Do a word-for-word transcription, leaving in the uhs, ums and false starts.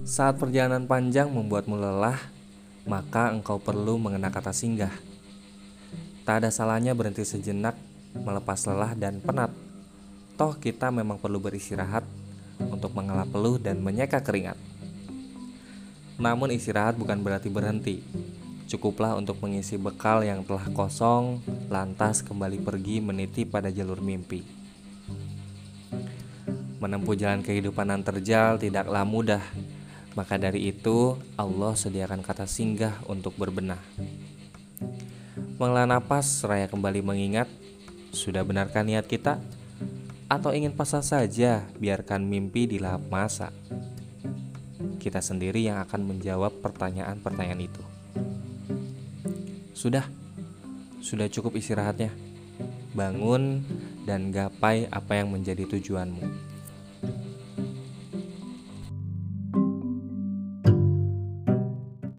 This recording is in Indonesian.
Saat perjalanan panjang membuatmu lelah, maka engkau perlu mengenal kata singgah. Tak ada salahnya berhenti sejenak, melepas lelah dan penat. Toh kita memang perlu beristirahat untuk menghela peluh dan menyeka keringat. Namun istirahat bukan berarti berhenti. Cukuplah untuk mengisi bekal yang telah kosong, lantas kembali pergi meniti pada jalur mimpi. Menempuh jalan kehidupan yang terjal tidaklah mudah. Maka dari itu, Allah sediakan kata singgah untuk berbenah. Menghela napas, seraya kembali mengingat, sudah benarkah niat kita? Atau ingin pasrah saja, biarkan mimpi dilahap masa? Kita sendiri yang akan menjawab pertanyaan-pertanyaan itu. Sudah, sudah cukup istirahatnya. Bangun dan gapai apa yang menjadi tujuanmu.